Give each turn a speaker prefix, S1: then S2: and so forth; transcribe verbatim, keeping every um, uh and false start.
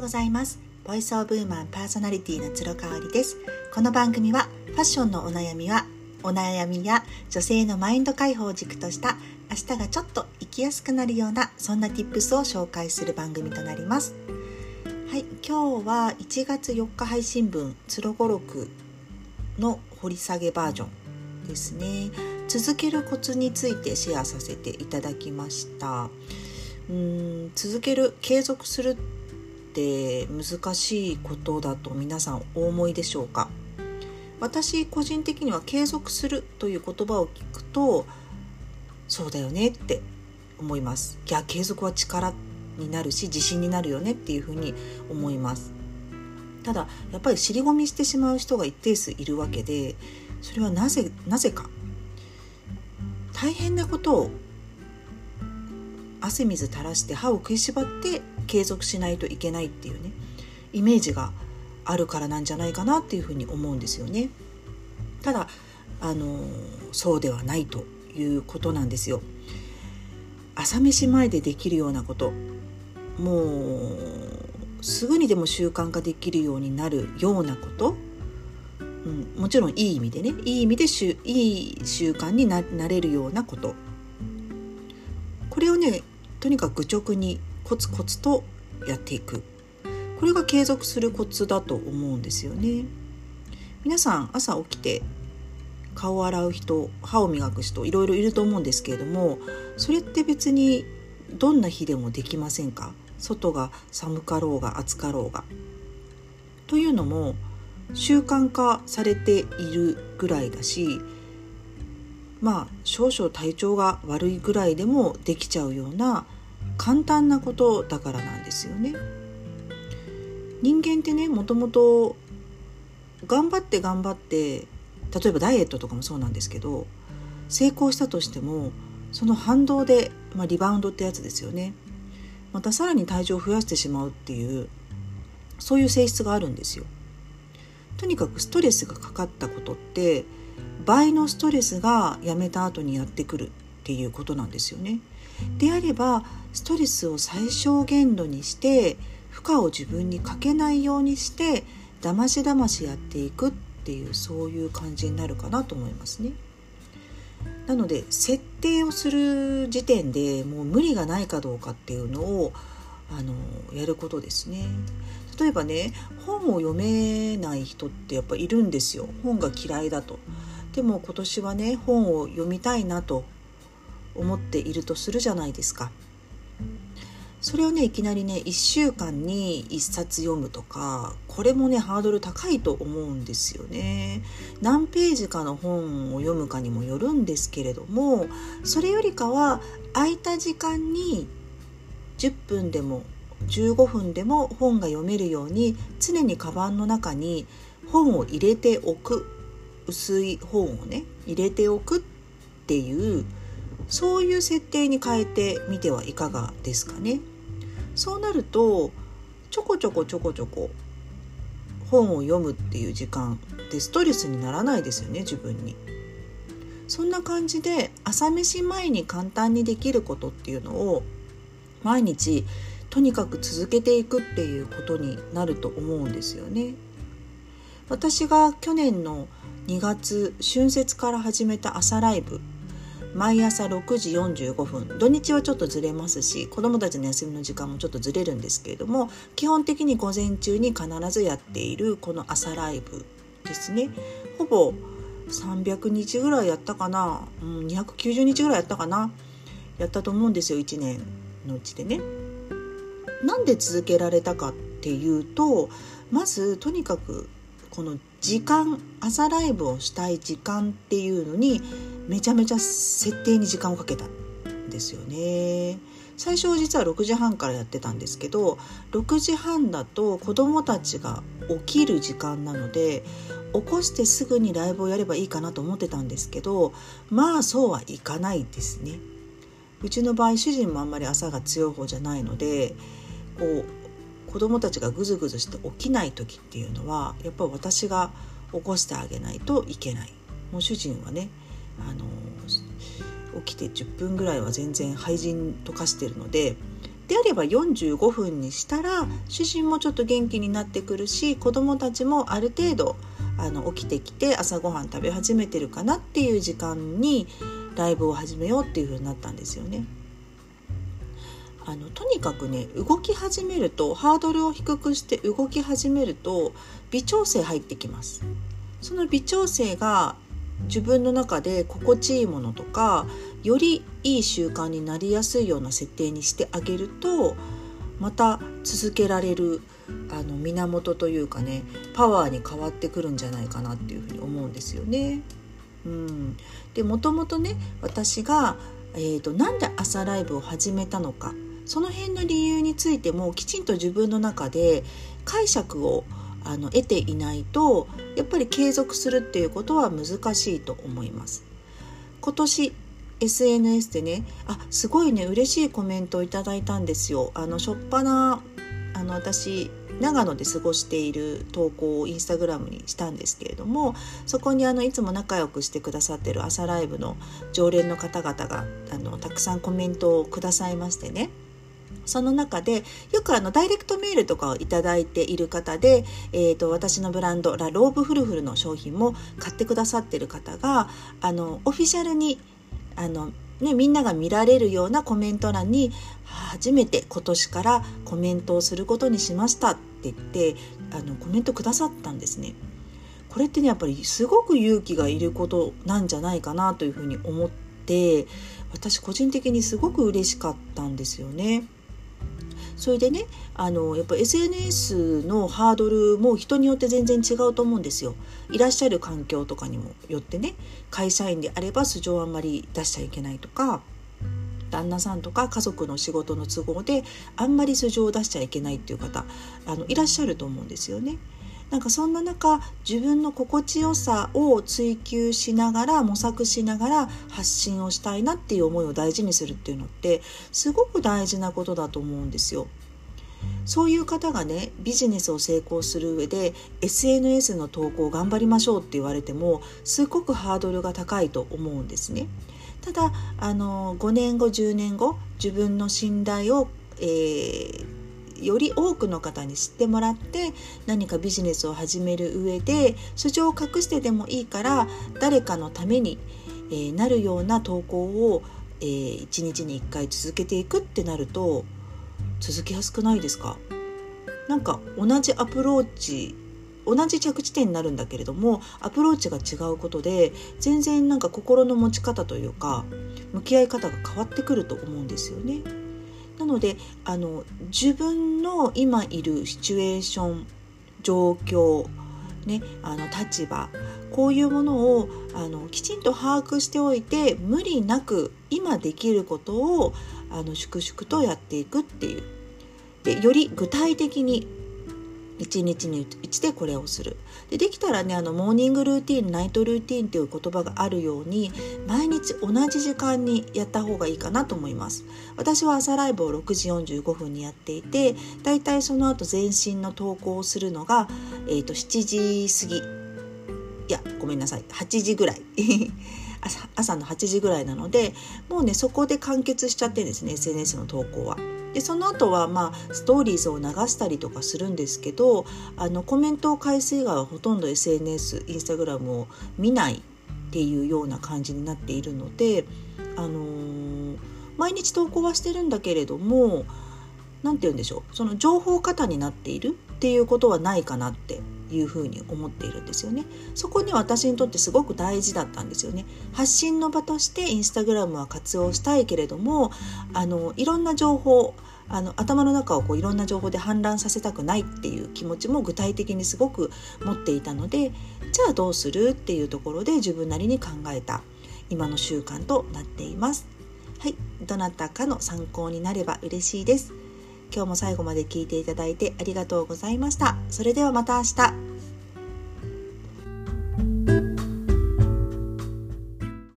S1: ざいます。ボイスオブウーマンパーソナリティの鶴香織です。この番組はファッションのお悩みはお悩みや女性のマインド解放を軸とした明日がちょっと生きやすくなるようなそんな Tips を紹介する番組となります。はい、今日はいちがつよっか配信分鶴語録の掘り下げバージョンですね。続けるコツについてシェアさせていただきました。うーん続ける継続するって難しいことだと皆さんお思いでしょうか。私個人的には継続するという言葉を聞くとそうだよねって思います。いや継続は力になるし自信になるよねっていうふうに思います。ただやっぱり尻込みしてしまう人が一定数いるわけで、それはなぜなぜか大変なことを汗水垂らして歯を食いしばって継続しないといけないっていうねイメージがあるからなんじゃないかなっていうふうに思うんですよね。ただあのそうではないということなんですよ。朝飯前でできるようなこと、もうすぐにでも習慣化できるようになるようなこと、うん、もちろんいい意味でねいい意味でしゅいい習慣に な, なれるようなこと、これをねとにかく愚直にコツコツとやっていく、これが継続するコツだと思うんですよね。皆さん朝起きて顔を洗う人、歯を磨く人いろいろいると思うんですけれども、それって別にどんな日でもできませんか？外が寒かろうが暑かろうが。というのも習慣化されているぐらいだし、まあ少々体調が悪いぐらいでもできちゃうような簡単なことだからなんですよね。人間ってねもともと頑張って頑張って例えばダイエットとかもそうなんですけど、成功したとしてもその反動で、まあ、リバウンドってやつですよね。またさらに体重を増やしてしまうっていうそういう性質があるんですよ。とにかくストレスがかかったことって倍のストレスがやめた後にやってくるっていうことなんですよね。であればストレスを最小限度にして負荷を自分にかけないようにしてだましだましやっていくっていうそういう感じになるかなと思いますね。なので設定をする時点でもう無理がないかどうかっていうのをあのやることですね。例えばね本を読めない人ってやっぱいるんですよ。本が嫌いだと。でも今年はね本を読みたいなと思っているとするじゃないですか。それをねいきなりねいっしゅうかんにいっさつ読むとか、これもねハードル高いと思うんですよね。何ページかの本を読むかにもよるんですけれども、それよりかは空いた時間にじゅっぷんでもじゅうごふんでも本が読めるように常にカバンの中に本を入れておく、薄い本をね入れておくっていうそういう設定に変えてみてはいかがですかね。そうなるとちょこちょこちょこちょこ本を読むっていう時間でストレスにならないですよね自分に。そんな感じで朝飯前に簡単にできることっていうのを毎日とにかく続けていくっていうことになると思うんですよね。私が去年のにがつ春節から始めた朝ライブ、毎朝ろくじよんじゅうごふん、土日はちょっとずれますし子どもたちの休みの時間もちょっとずれるんですけれども、基本的に午前中に必ずやっているこの朝ライブですね。ほぼさんびゃくにちぐらいやったかな、うん、にひゃくきゅうじゅうにちぐらいやったかなやったと思うんですよ、いちねんのうちでね。なんで続けられたかっていうと、まずとにかくこの時間、朝ライブをしたい時間っていうのにめちゃめちゃ設定に時間をかけたんですよね。最初実はろくじはんからやってたんですけど、ろくじはんだと子どもたちが起きる時間なので起こしてすぐにライブをやればいいかなと思ってたんですけど、まあそうはいかないですね。うちの場合主人もあんまり朝が強い方じゃないので、こう子どもたちがぐずぐずして起きない時っていうのはやっぱり私が起こしてあげないといけない。もう主人はね、あの起きてじゅっぷんぐらいは全然廃人と化してるので、 であればよんじゅうごふんにしたら主人もちょっと元気になってくるし、子どもたちもある程度あの起きてきて朝ごはん食べ始めてるかなっていう時間にライブを始めようっていう風になったんですよね。あのとにかくね、動き始めると、ハードルを低くして動き始めると微調整入ってきます。その微調整が自分の中で心地いいものとか、よりいい習慣になりやすいような設定にしてあげると、また続けられるあの源というかね、パワーに変わってくるんじゃないかなっていうふうに思うんですよね。うん、でもともとね、私が、えーと、なんで朝ライブを始めたのか、その辺の理由についてもきちんと自分の中で解釈をあの得ていないと、やっぱり継続するっていうことは難しいと思います。今年 エスエヌエス でね、あすごいね嬉しいコメントをいただいたんですよ。あのしょっぱなあの私長野で過ごしている投稿をインスタグラムにしたんですけれども、そこにあのいつも仲良くしてくださってる朝ライブの常連の方々があのたくさんコメントをくださいましてね、その中でよくあのダイレクトメールとかをいただいている方で、えーと、私のブランドラ・ローブフルフルの商品も買ってくださっている方が、あのオフィシャルにあの、ね、みんなが見られるようなコメント欄に、初めて今年からコメントをすることにしましたって言ってあのコメントくださったんですね。これってね、やっぱりすごく勇気がいることなんじゃないかなというふうに思って、私個人的にすごく嬉しかったんですよね。それでね、あのやっぱ エスエヌエス のハードルも人によって全然違うと思うんですよ。いらっしゃる環境とかにもよってね、会社員であれば素性をあんまり出しちゃいけないとか、旦那さんとか家族の仕事の都合であんまり素性を出しちゃいけないっていう方あのいらっしゃると思うんですよね。なんかそんな中、自分の心地よさを追求しながら模索しながら発信をしたいなっていう思いを大事にするっていうのってすごく大事なことだと思うんですよ。そういう方がね、ビジネスを成功する上で エスエヌエス の投稿を頑張りましょうって言われてもすごくハードルが高いと思うんですね。ただあのごねんごじゅうねんご自分の信頼を、えーより多くの方に知ってもらって何かビジネスを始める上で素性を隠してでもいいから誰かのために、えー、なるような投稿を、えー、いちにちにいっかい続けていくってなると続けやすくないですか？なんか同じアプローチ、同じ着地点になるんだけれどもアプローチが違うことで全然なんか心の持ち方というか向き合い方が変わってくると思うんですよね。なのであの自分の今いるシチュエーション、状況、ね、あの立場、こういうものをあのきちんと把握しておいて無理なく今できることをあの粛々とやっていくっていうで、より具体的に一日に一でこれをする。で、できたらね、あのモーニングルーティン、ナイトルーティンという言葉があるように毎日同じ時間にやった方がいいかなと思います。私は朝ライブをろくじよんじゅうごふんにやっていて、だいたいその後全身の投稿をするのが、えーと、しちじ過ぎ、いやごめんなさいはちじぐらい朝, 朝のはちじぐらいなので、もうねそこで完結しちゃってるんですね、 エスエヌエス の投稿は。でその後はまあストーリーズを流したりとかするんですけど、あのコメントを返す以外はほとんど エスエヌエス、インスタグラムを見ないっていうような感じになっているので、あのー、毎日投稿はしてるんだけれども、なんて言うんでしょう、その情報過多になっているっていうことはないかなっていうふうに思っているんですよね。そこに私にとってすごく大事だったんですよね。発信の場としてインスタグラムは活用したいけれども、あのいろんな情報、あの頭の中をこういろんな情報で氾濫させたくないっていう気持ちも具体的にすごく持っていたので、じゃあどうするっていうところで自分なりに考えた今の習慣となっています。はい、どなたかの参考になれば嬉しいです。今日も最後まで聞いていただいてありがとうございました。それではまた明日。